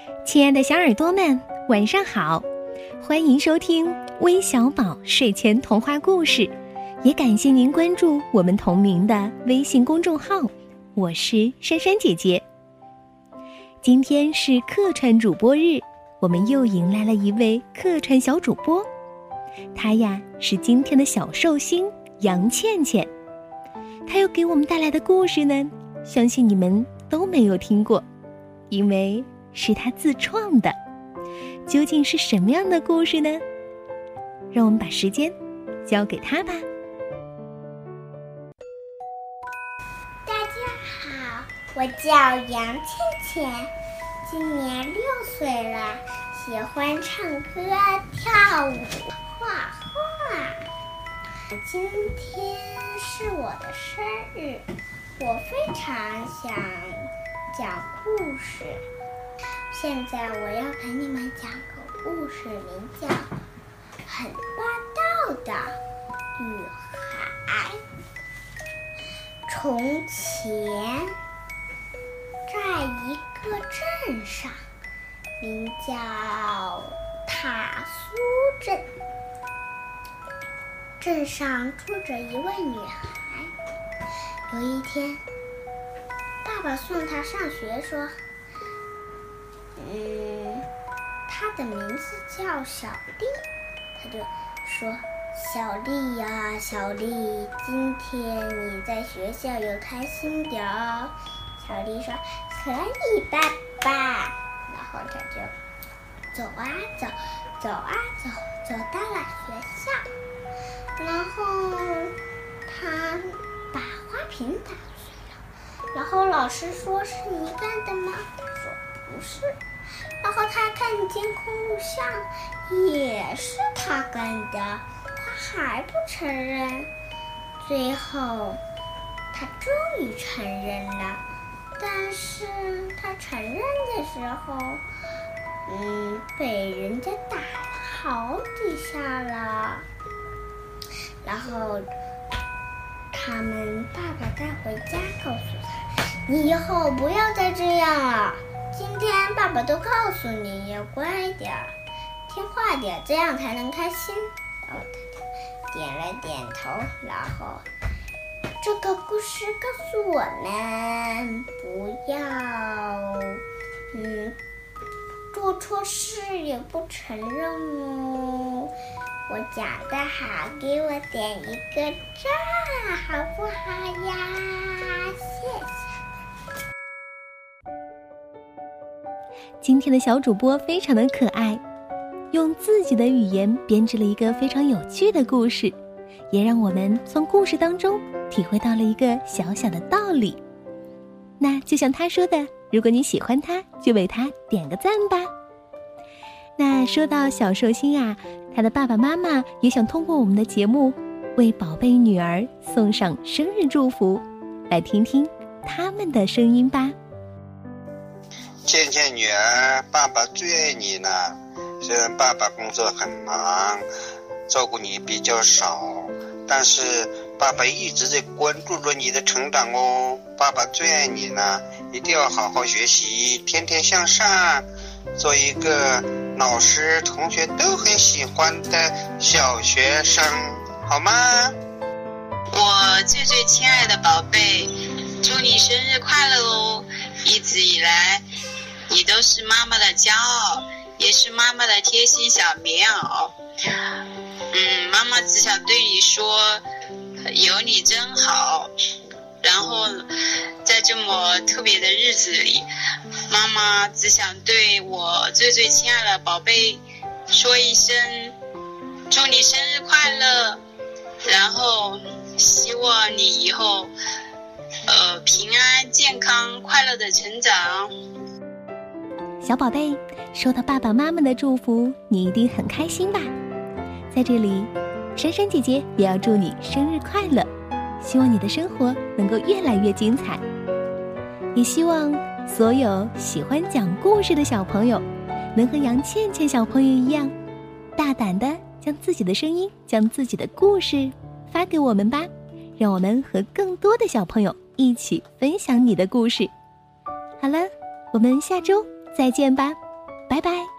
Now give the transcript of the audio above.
亲爱的小耳朵们，晚上好，欢迎收听微小宝睡前童话故事，也感谢您关注我们同名的微信公众号，我是珊珊姐姐。今天是客串主播日，我们又迎来了一位客串小主播，她呀是今天的小寿星杨倩倩。她又给我们带来的故事呢，相信你们都没有听过，因为是她自创的。究竟是什么样的故事呢？让我们把时间交给她吧。 大家好，我叫杨倩倩，今年6岁了，喜欢唱歌、跳舞、画画。今天是我的生日，我非常想讲故事。现在我要给你们讲个故事，名叫《很霸道的女孩》。从前，在一个镇上，名叫塔苏镇，镇上住着一位女孩。有一天，爸爸送她上学说，她的名字叫小丽。他就说，小丽呀，小丽，今天你在学校有开心点哦。小丽说，可以，爸爸。然后他就走啊走，走啊走，走到了学校。然后他把花瓶打碎了。然后老师说，是你干的吗？他说不是。然后他看监控录像，也是他干的，他还不承认。最后他终于承认了，但是他承认的时候被人家打了好几下了。然后他们爸爸带回家告诉他，你以后不要再这样了，今天爸爸都告诉你要乖点儿，听话点，这样才能开心。然后他就点了点头。然后这个故事告诉我们，不要做错事也不承认哦。我讲得好，给我点一个赞，好不好呀？谢谢。 今天的小主播非常的可爱，用自己的语言编织了一个非常有趣的故事，也让我们从故事当中体会到了一个小小的道理。那就像他说的，如果你喜欢他，就为他点个赞吧。那说到小寿星啊，他的爸爸妈妈也想通过我们的节目为宝贝女儿送上生日祝福，来听听他们的声音吧。 倩倩女儿，爸爸最爱你了。虽然爸爸工作很忙，照顾你比较少，但是爸爸一直在关注着你的成长哦。爸爸最爱你了，一定要好好学习，天天向上，做一个老师同学都很喜欢的小学生，好吗？ 我最最亲爱的宝贝，祝你生日快乐哦！一直以来你都是妈妈的骄傲，也是妈妈的贴心小棉袄。妈妈只想对你说，有你真好。然后在这么特别的日子里，妈妈只想对我最最亲爱的宝贝说一声，祝你生日快乐，然后希望你以后平安健康快乐的成长。 小宝贝，收到爸爸妈妈的祝福，你一定很开心吧？在这里，珊珊姐姐也要祝你生日快乐，希望你的生活能够越来越精彩，也希望所有喜欢讲故事的小朋友能和杨倩倩小朋友一样，大胆地将自己的声音，将自己的故事发给我们吧，让我们和更多的小朋友一起分享你的故事。好了，我们下周再见吧， 拜拜。